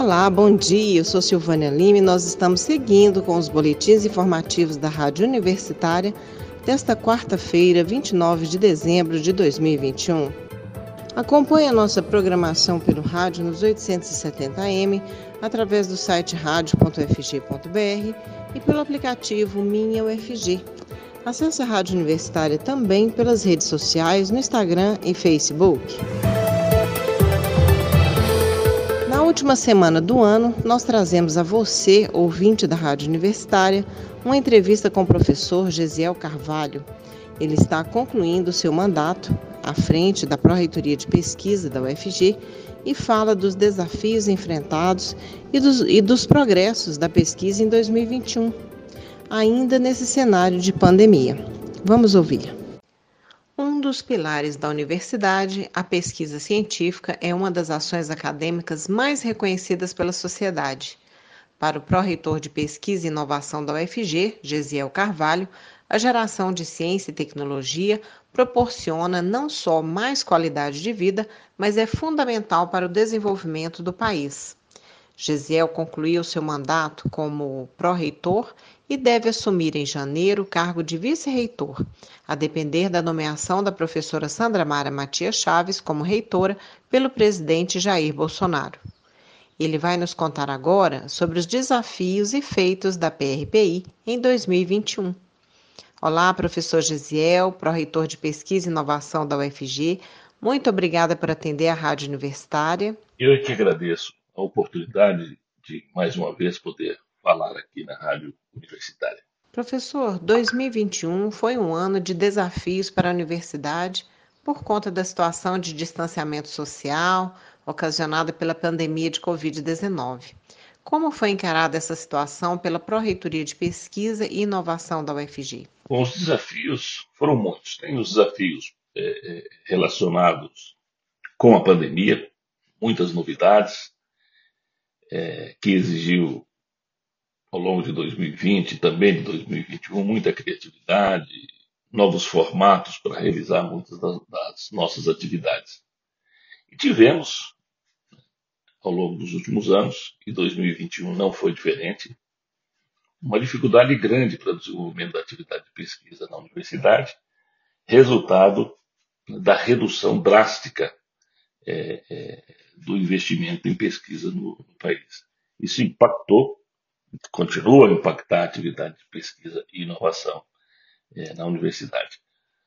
Olá, bom dia. Eu sou Silvânia Lima e nós estamos seguindo com os boletins informativos da Rádio Universitária desta quarta-feira, 29 de dezembro de 2021. Acompanhe a nossa programação pelo rádio nos 870m, através do site radio.ufg.br e pelo aplicativo Minha UFG. Acesse a Rádio Universitária também pelas redes sociais, no Instagram e Facebook. Na última semana do ano, nós trazemos a você, ouvinte da Rádio Universitária, uma entrevista com o professor Gesiel Carvalho. Ele está concluindo seu mandato à frente da Pró-Reitoria de Pesquisa da UFG e fala dos desafios enfrentados e dos progressos da pesquisa em 2021, ainda nesse cenário de pandemia. Vamos ouvir. Um dos pilares da universidade, a pesquisa científica, é uma das ações acadêmicas mais reconhecidas pela sociedade. Para o pró-reitor de Pesquisa e Inovação da UFG, Gesiel Carvalho, a geração de ciência e tecnologia proporciona não só mais qualidade de vida, mas é fundamental para o desenvolvimento do país. Gesiel concluiu seu mandato como pró-reitor e deve assumir em janeiro o cargo de vice-reitor, a depender da nomeação da professora Sandra Mara Matias Chaves como reitora pelo presidente Jair Bolsonaro. Ele vai nos contar agora sobre os desafios e feitos da PRPI em 2021. Olá, professor Gesiel, pró-reitor de Pesquisa e Inovação da UFG. Muito obrigada por atender a Rádio Universitária. Eu é que agradeço a oportunidade de, mais uma vez, poder falar aqui na Rádio Universitária. Professor, 2021 foi um ano de desafios para a universidade por conta da situação de distanciamento social ocasionada pela pandemia de Covid-19. Como foi encarada essa situação pela Pró-Reitoria de Pesquisa e Inovação da UFG? Bom, os desafios foram muitos. Tem os desafios relacionados com a pandemia, muitas novidades, que exigiu, ao longo de 2020 e também de 2021, muita criatividade, novos formatos para realizar muitas das nossas atividades. E tivemos, ao longo dos últimos anos, e 2021 não foi diferente, uma dificuldade grande para o desenvolvimento da atividade de pesquisa na universidade, resultado da redução drástica do investimento em pesquisa no país. Isso impactou, continua a impactar a atividade de pesquisa e inovação na universidade.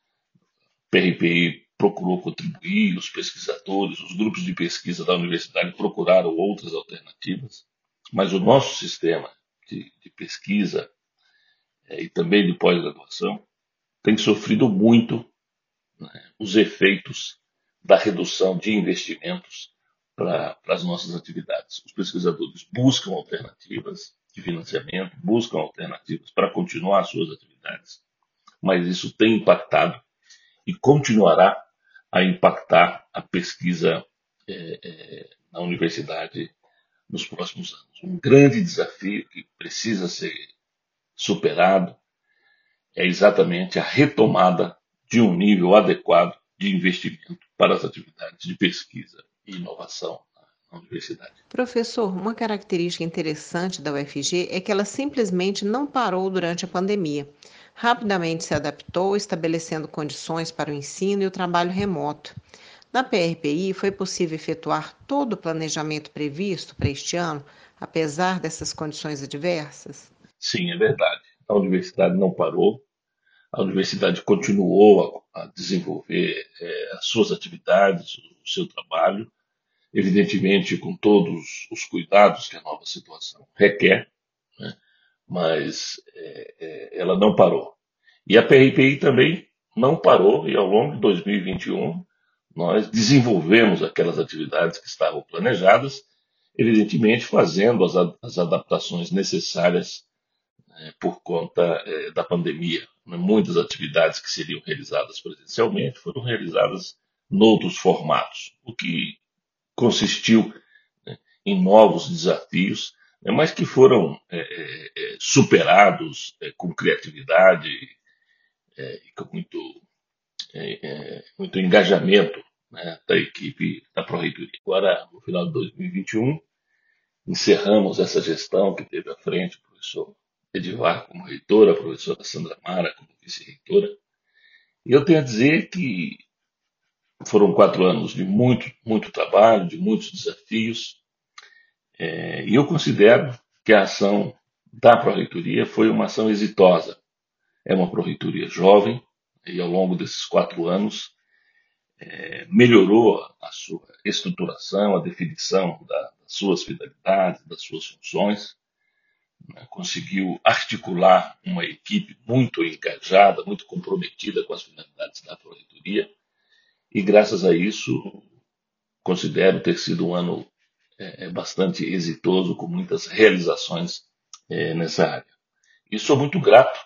A PRPI procurou contribuir, os pesquisadores, os grupos de pesquisa da universidade procuraram outras alternativas, mas o nosso sistema de pesquisa e também de pós-graduação tem sofrido muito, né, os efeitos da redução de investimentos para as nossas atividades. Os pesquisadores buscam alternativas de financiamento, buscam alternativas para continuar suas atividades, mas isso tem impactado e continuará a impactar a pesquisa na universidade nos próximos anos. Um grande desafio que precisa ser superado é exatamente a retomada de um nível adequado de investimento para as atividades de pesquisa e inovação na universidade. Professor, uma característica interessante da UFG é que ela simplesmente não parou durante a pandemia. Rapidamente se adaptou, estabelecendo condições para o ensino e o trabalho remoto. Na PRPI, foi possível efetuar todo o planejamento previsto para este ano, apesar dessas condições adversas? Sim, é verdade. A universidade não parou, a universidade continuou a desenvolver as suas atividades, o seu trabalho, evidentemente com todos os cuidados que a nova situação requer, né? Mas ela não parou. E a PRPI também não parou, e ao longo de 2021 nós desenvolvemos aquelas atividades que estavam planejadas, evidentemente fazendo as adaptações necessárias por conta da pandemia. Muitas atividades que seriam realizadas presencialmente foram realizadas noutros formatos, o que consistiu, né, em novos desafios, né, mas que foram superados com criatividade e com muito engajamento, né, da equipe da Pró-Reitoria. Agora, no final de 2021, encerramos essa gestão que teve à frente o professor Edivar como reitor, a professora Sandra Mara como vice-reitora. E eu tenho a dizer que foram 4 anos de muito trabalho, de muitos desafios, e eu considero que a ação da Pró-Reitoria foi uma ação exitosa. É uma Pró-Reitoria jovem, e ao longo desses 4 anos melhorou a sua estruturação, a definição das suas finalidades, das suas funções, né? Conseguiu articular uma equipe muito engajada, muito comprometida com as finalidades da Pró-Reitoria, e graças a isso considero ter sido um ano bastante exitoso, com muitas realizações nessa área. E sou muito grato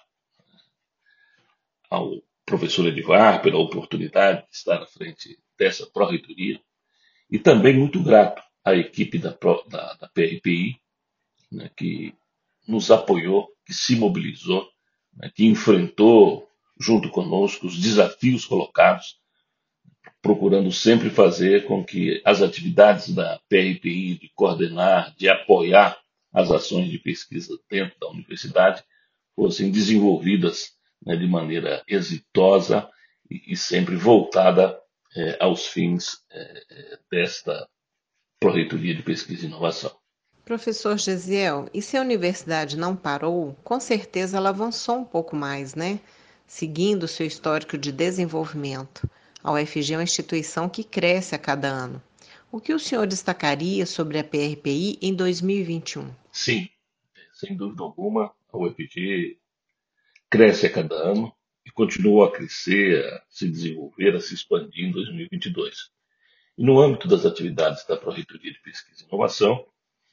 ao professor Edivar pela oportunidade de estar à frente dessa pró-reitoria e também muito grato à equipe da PRPI, né, que nos apoiou, que se mobilizou, né, que enfrentou junto conosco os desafios colocados, procurando sempre fazer com que as atividades da PRPI, de coordenar, de apoiar as ações de pesquisa dentro da universidade, fossem desenvolvidas, né, de maneira exitosa e sempre voltada aos fins desta Pró-Reitoria de Pesquisa e Inovação. Professor Gesiel, e se a universidade não parou, com certeza ela avançou um pouco mais, né? Seguindo seu histórico de desenvolvimento. A UFG é uma instituição que cresce a cada ano. O que o senhor destacaria sobre a PRPI em 2021? Sim, sem dúvida alguma, a UFG cresce a cada ano e continua a crescer, a se desenvolver, a se expandir em 2022. E no âmbito das atividades da Pró-Reitoria de Pesquisa e Inovação,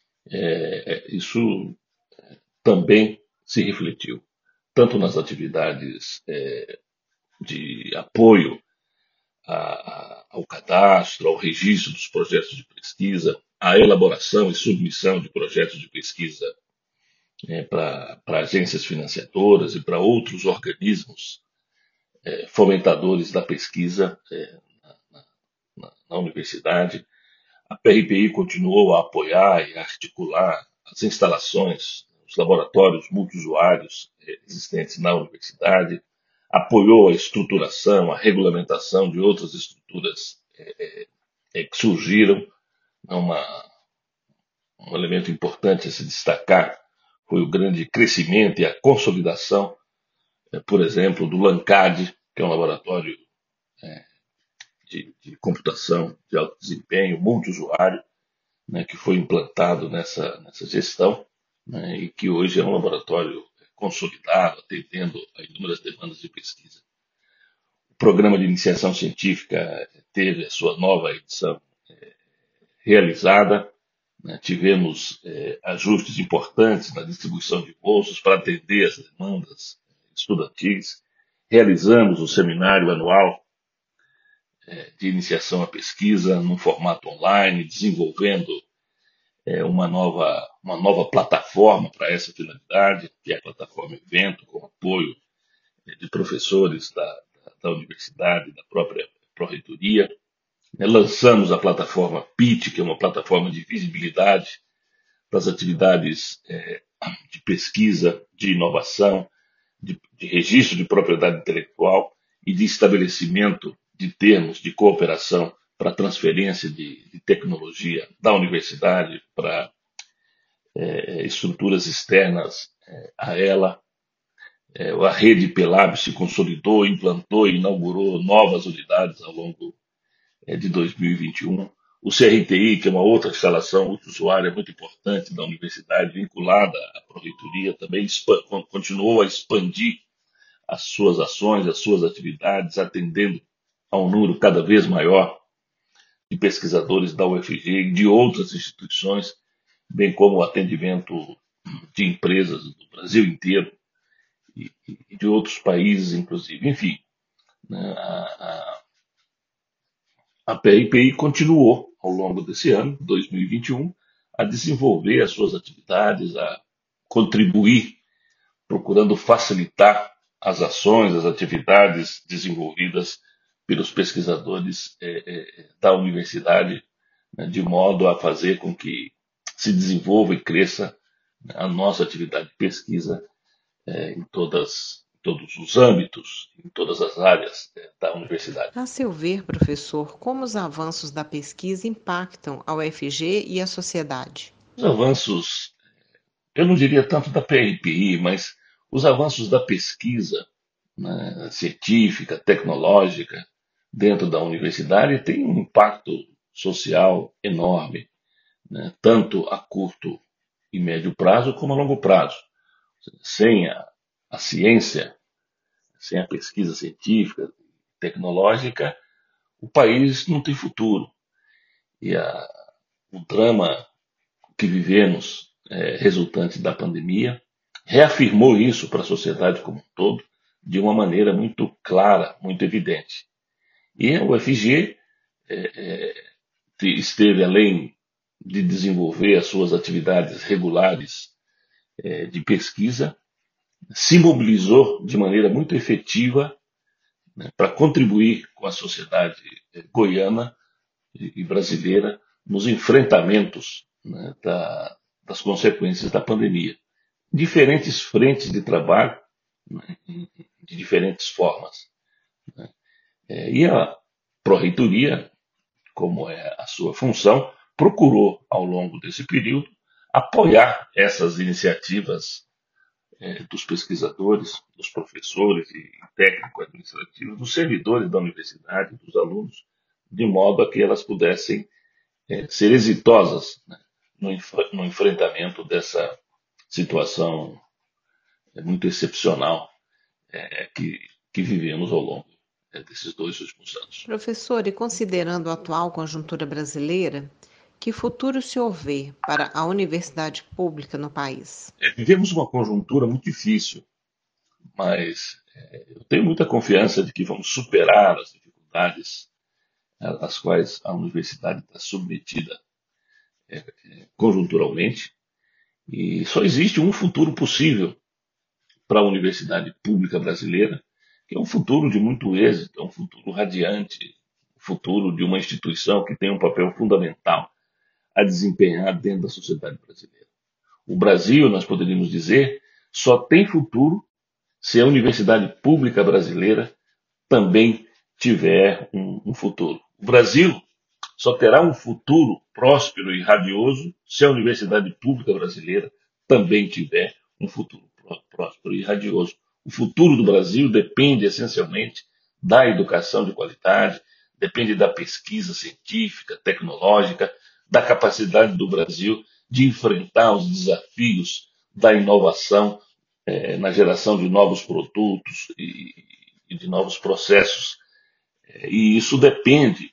isso também se refletiu, tanto nas atividades de apoio ao cadastro, ao registro dos projetos de pesquisa, à elaboração e submissão de projetos de pesquisa para agências financiadoras e para outros organismos fomentadores da pesquisa na universidade. A PRPI continuou a apoiar e a articular as instalações, os laboratórios multiusuários existentes na universidade, apoiou a estruturação, a regulamentação de outras estruturas que surgiram. Um elemento importante a se destacar foi o grande crescimento e a consolidação, por exemplo, do LANCAD, que é um laboratório de computação de alto desempenho, multiusuário, né, que foi implantado nessa gestão, né, e que hoje é um laboratório consolidado, atendendo a inúmeras demandas de pesquisa. O programa de iniciação científica teve a sua nova edição realizada, né, tivemos ajustes importantes na distribuição de bolsas para atender as demandas estudantis, realizamos o seminário anual de iniciação à pesquisa num formato online, desenvolvendo uma nova plataforma para essa finalidade, que é a plataforma Evento, com apoio de professores da universidade, da própria Pró-Reitoria. Lançamos a plataforma PIT, que é uma plataforma de visibilidade das atividades de pesquisa, de inovação, de registro de propriedade intelectual e de estabelecimento de termos de cooperação para transferência de tecnologia da universidade para estruturas externas a ela. A rede Pelab se consolidou, implantou e inaugurou novas unidades ao longo de 2021. O CRTI, que é uma outra instalação multiusuária muito importante da universidade, vinculada à Pró-Reitoria, também continuou a expandir as suas ações, as suas atividades, atendendo a um número cada vez maior de pesquisadores da UFG e de outras instituições, bem como o atendimento de empresas do Brasil inteiro e de outros países, inclusive. Enfim, né, a PRPI continuou, ao longo desse ano, 2021, a desenvolver as suas atividades, a contribuir, procurando facilitar as ações, as atividades desenvolvidas pelos pesquisadores da universidade, né, de modo a fazer com que se desenvolva e cresça a nossa atividade de pesquisa em todos os âmbitos, em todas as áreas da universidade. A seu ver, professor, como os avanços da pesquisa impactam a UFG e a sociedade? Os avanços, eu não diria tanto da PRPI, mas os avanços da pesquisa, né, científica, tecnológica, dentro da universidade têm um impacto social enorme, né, tanto a curto e médio prazo como a longo prazo. Sem a ciência, sem a pesquisa científica, tecnológica, o país não tem futuro. E o drama que vivemos, resultante da pandemia, reafirmou isso para a sociedade como um todo, de uma maneira muito clara, muito evidente. E a UFG esteve, além de desenvolver as suas atividades regulares de pesquisa, se mobilizou de maneira muito efetiva, né, para contribuir com a sociedade goiana e brasileira nos enfrentamentos, né, das consequências da pandemia. Diferentes frentes de trabalho, né, de diferentes formas. Né. E a Pró-Reitoria, como é a sua função, procurou, ao longo desse período, apoiar essas iniciativas dos pesquisadores, dos professores e técnico-administrativos, dos servidores da universidade, dos alunos, de modo a que elas pudessem ser exitosas, né, no enfrentamento dessa situação muito excepcional que vivemos ao longo desses 2 últimos anos. Professor, e considerando a atual conjuntura brasileira, que futuro o senhor vê para a universidade pública no país? Vivemos uma conjuntura muito difícil, mas eu tenho muita confiança de que vamos superar as dificuldades às quais a universidade está submetida conjunturalmente, e só existe um futuro possível para a universidade pública brasileira, que é um futuro de muito êxito, é um futuro radiante, um futuro de uma instituição que tem um papel fundamental a desempenhar dentro da sociedade brasileira. O Brasil, nós poderíamos dizer, só tem futuro se a universidade pública brasileira também tiver um futuro. O Brasil só terá um futuro próspero e radioso se a universidade pública brasileira também tiver um futuro próspero e radioso. O futuro do Brasil depende essencialmente da educação de qualidade, depende da pesquisa científica, tecnológica, da capacidade do Brasil de enfrentar os desafios da inovação na geração de novos produtos e de novos processos. E isso depende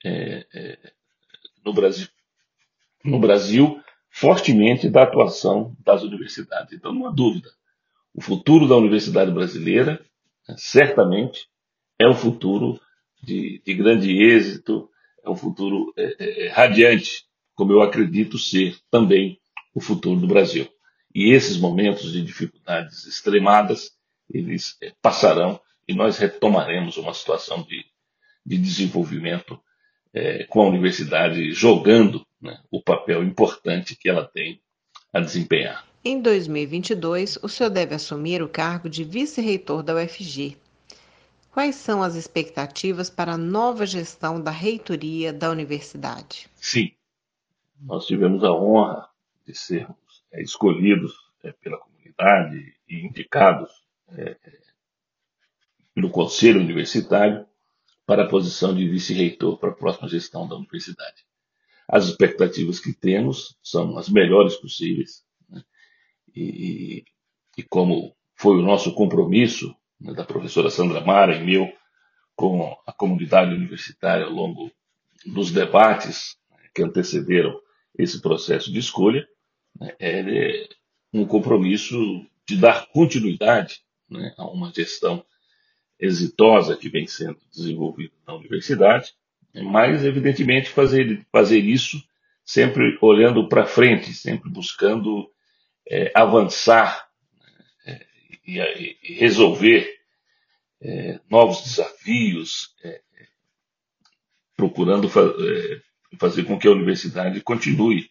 no Brasil fortemente da atuação das universidades. Então, não há dúvida. O futuro da universidade brasileira, certamente, é um futuro de grande êxito, é um futuro radiante, como eu acredito ser também o futuro do Brasil. E esses momentos de dificuldades extremadas, eles passarão e nós retomaremos uma situação de desenvolvimento com a universidade jogando, né, o papel importante que ela tem a desempenhar. Em 2022, o senhor deve assumir o cargo de vice-reitor da UFG. Quais são as expectativas para a nova gestão da reitoria da universidade? Sim, nós tivemos a honra de sermos escolhidos pela comunidade e indicados no Conselho Universitário para a posição de vice-reitor para a próxima gestão da universidade. As expectativas que temos são as melhores possíveis, né? E como foi o nosso compromisso, né, da professora Sandra Mara e meu com a comunidade universitária ao longo dos debates, né, que antecederam esse processo de escolha, né, é um compromisso de dar continuidade, né, a uma gestão exitosa que vem sendo desenvolvida na universidade, mas, evidentemente, fazer isso sempre olhando para frente, sempre buscando avançar e resolver novos desafios, procurando fazer com que a universidade continue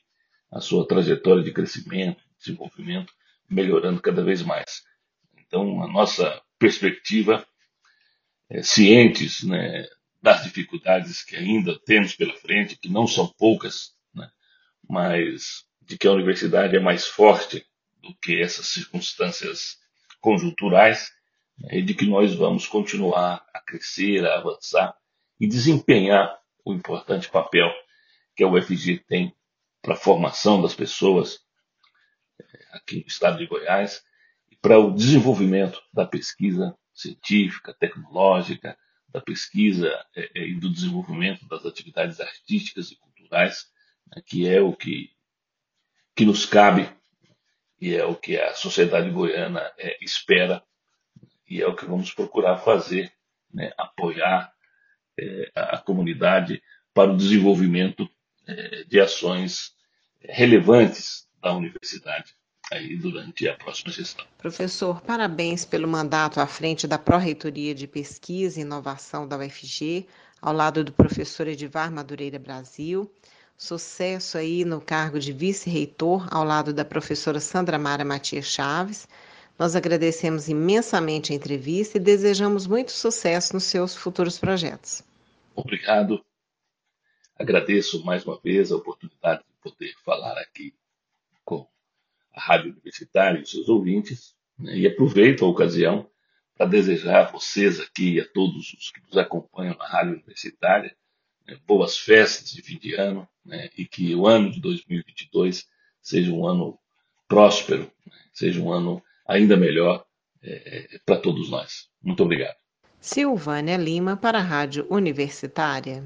a sua trajetória de crescimento, desenvolvimento, melhorando cada vez mais. Então, a nossa perspectiva, cientes, né, das dificuldades que ainda temos pela frente, que não são poucas, né, mas de que a universidade é mais forte do que essas circunstâncias conjunturais, né, e de que nós vamos continuar a crescer, a avançar e desempenhar o importante papel que a UFG tem para a formação das pessoas aqui no estado de Goiás e para o desenvolvimento da pesquisa científica, tecnológica, da pesquisa e do desenvolvimento das atividades artísticas e culturais, né, que é o que nos cabe e é o que a sociedade goiana espera e é o que vamos procurar fazer, né, apoiar a comunidade para o desenvolvimento de ações relevantes da universidade aí durante a próxima gestão. Professor, parabéns pelo mandato à frente da Pró-Reitoria de Pesquisa e Inovação da UFG, ao lado do professor Edivar Madureira Brasil. Sucesso aí no cargo de vice-reitor, ao lado da professora Sandra Mara Matias Chaves. Nós agradecemos imensamente a entrevista e desejamos muito sucesso nos seus futuros projetos. Obrigado. Agradeço mais uma vez a oportunidade de poder falar aqui com a Rádio Universitária e os seus ouvintes, né, e aproveito a ocasião para desejar a vocês aqui e a todos os que nos acompanham na Rádio Universitária, né, boas festas de fim de ano, né, e que o ano de 2022 seja um ano próspero, né, seja um ano ainda melhor para todos nós. Muito obrigado. Silvânia Lima para a Rádio Universitária.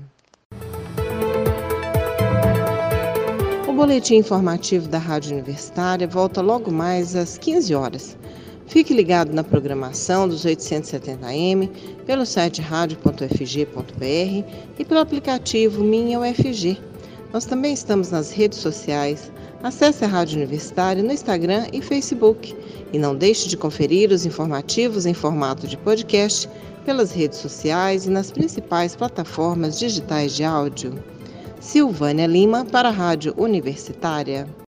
O boletim informativo da Rádio Universitária volta logo mais às 15 horas. Fique ligado na programação dos 870M, pelo site radio.ufg.br e pelo aplicativo Minha UFG. Nós também estamos nas redes sociais. Acesse a Rádio Universitária no Instagram e Facebook. E não deixe de conferir os informativos em formato de podcast pelas redes sociais e nas principais plataformas digitais de áudio. Silvânia Lima para a Rádio Universitária.